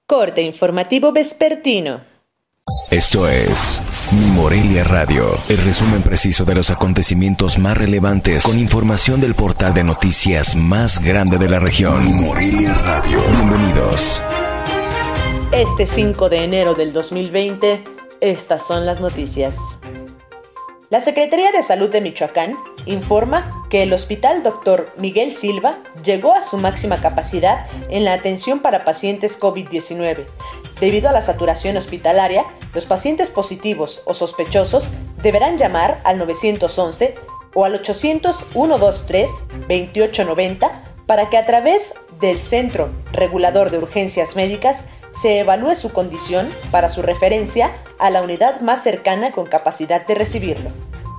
Corte informativo vespertino. Esto es Mi Morelia Radio, el resumen preciso de los acontecimientos más relevantes con información del portal de noticias más grande de la región. Mi Morelia Radio. Bienvenidos. Este 5 de enero del 2020, estas son las noticias. La Secretaría de Salud de Michoacán informa que el Hospital Dr. Miguel Silva llegó a su máxima capacidad en la atención para pacientes COVID-19. Debido a la saturación hospitalaria, los pacientes positivos o sospechosos deberán llamar al 911 o al 800-123-2890 para que a través del Centro Regulador de Urgencias Médicas se evalúe su condición para su referencia a la unidad más cercana con capacidad de recibirlo.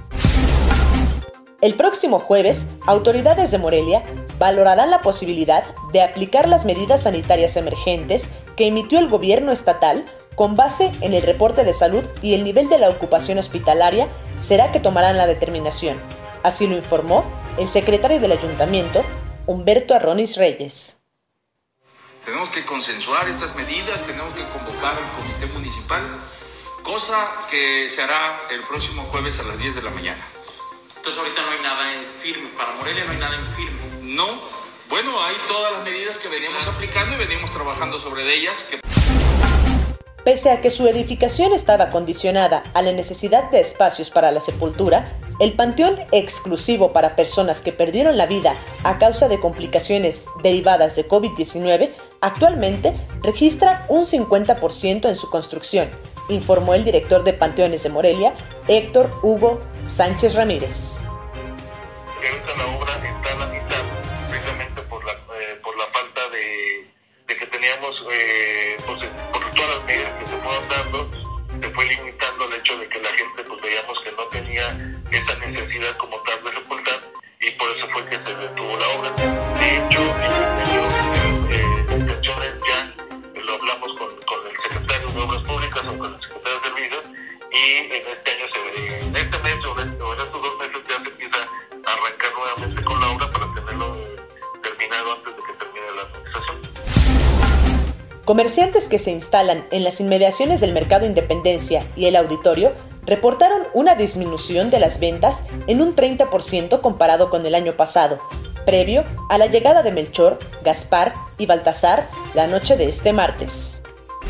El próximo jueves, autoridades de Morelia valorarán la posibilidad de aplicar las medidas sanitarias emergentes que emitió el gobierno estatal con base en el reporte de salud y el nivel de la ocupación hospitalaria será que tomarán la determinación. Así lo informó el secretario del ayuntamiento, Humberto Arronis Reyes. Tenemos que consensuar estas medidas, tenemos que convocar al comité municipal, cosa que se hará el próximo jueves a las 10 de la mañana. Entonces ahorita no hay nada en firme, para Morelia no hay nada en firme. No, bueno, hay todas las medidas que veníamos aplicando y veníamos trabajando sobre ellas. Pese a que su edificación estaba condicionada a la necesidad de espacios para la sepultura, el panteón exclusivo para personas que perdieron la vida a causa de complicaciones derivadas de COVID-19 actualmente registra un 50% en su construcción, informó el director de Panteones de Morelia, Héctor Hugo Sánchez Ramírez. Ahorita la obra está a la mitad, precisamente por la falta de que teníamos, por todas las medidas que se fueron dando, se fue limitando el hecho de que la gente, pues veíamos que no tenía esa necesidad como tal de sepultar, y por eso fue que se detuvo la obra. De hecho, intenciones ya lo hablamos con el secretario de Obras Públicas o con el secretario de Servicios, y en este año, en este mes o en estos 2 meses ya se empieza a arrancar nuevamente con la obra para tenerlo terminado antes de que termine la administración. Comerciantes que se instalan en las inmediaciones del Mercado Independencia y el Auditorio reportaron una disminución de las ventas en un 30% comparado con el año pasado, previo a la llegada de Melchor, Gaspar y Baltasar la noche de este martes.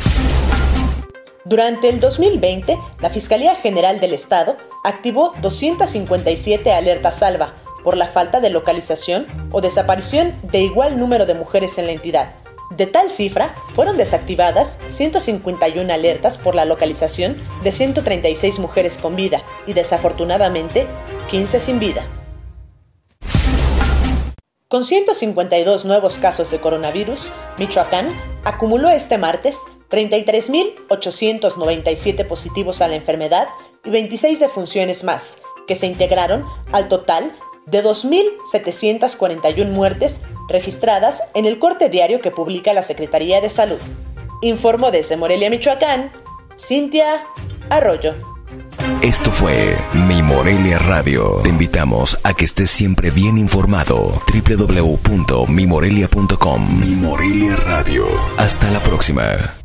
Durante el 2020, la Fiscalía General del Estado activó 257 alertas salva por la falta de localización o desaparición de igual número de mujeres en la entidad. De tal cifra, fueron desactivadas 151 alertas por la localización de 136 mujeres con vida y desafortunadamente 15 sin vida. Con 152 nuevos casos de coronavirus, Michoacán acumuló este martes 33.897 positivos a la enfermedad y 26 defunciones más, que se integraron al total de 2.741 muertes registradas en el corte diario que publica la Secretaría de Salud. Informó desde Morelia, Michoacán, Cintia Arroyo. Esto fue Mi Morelia Radio. Te invitamos a que estés siempre bien informado. www.mimorelia.com. Mi Morelia Radio. Hasta la próxima.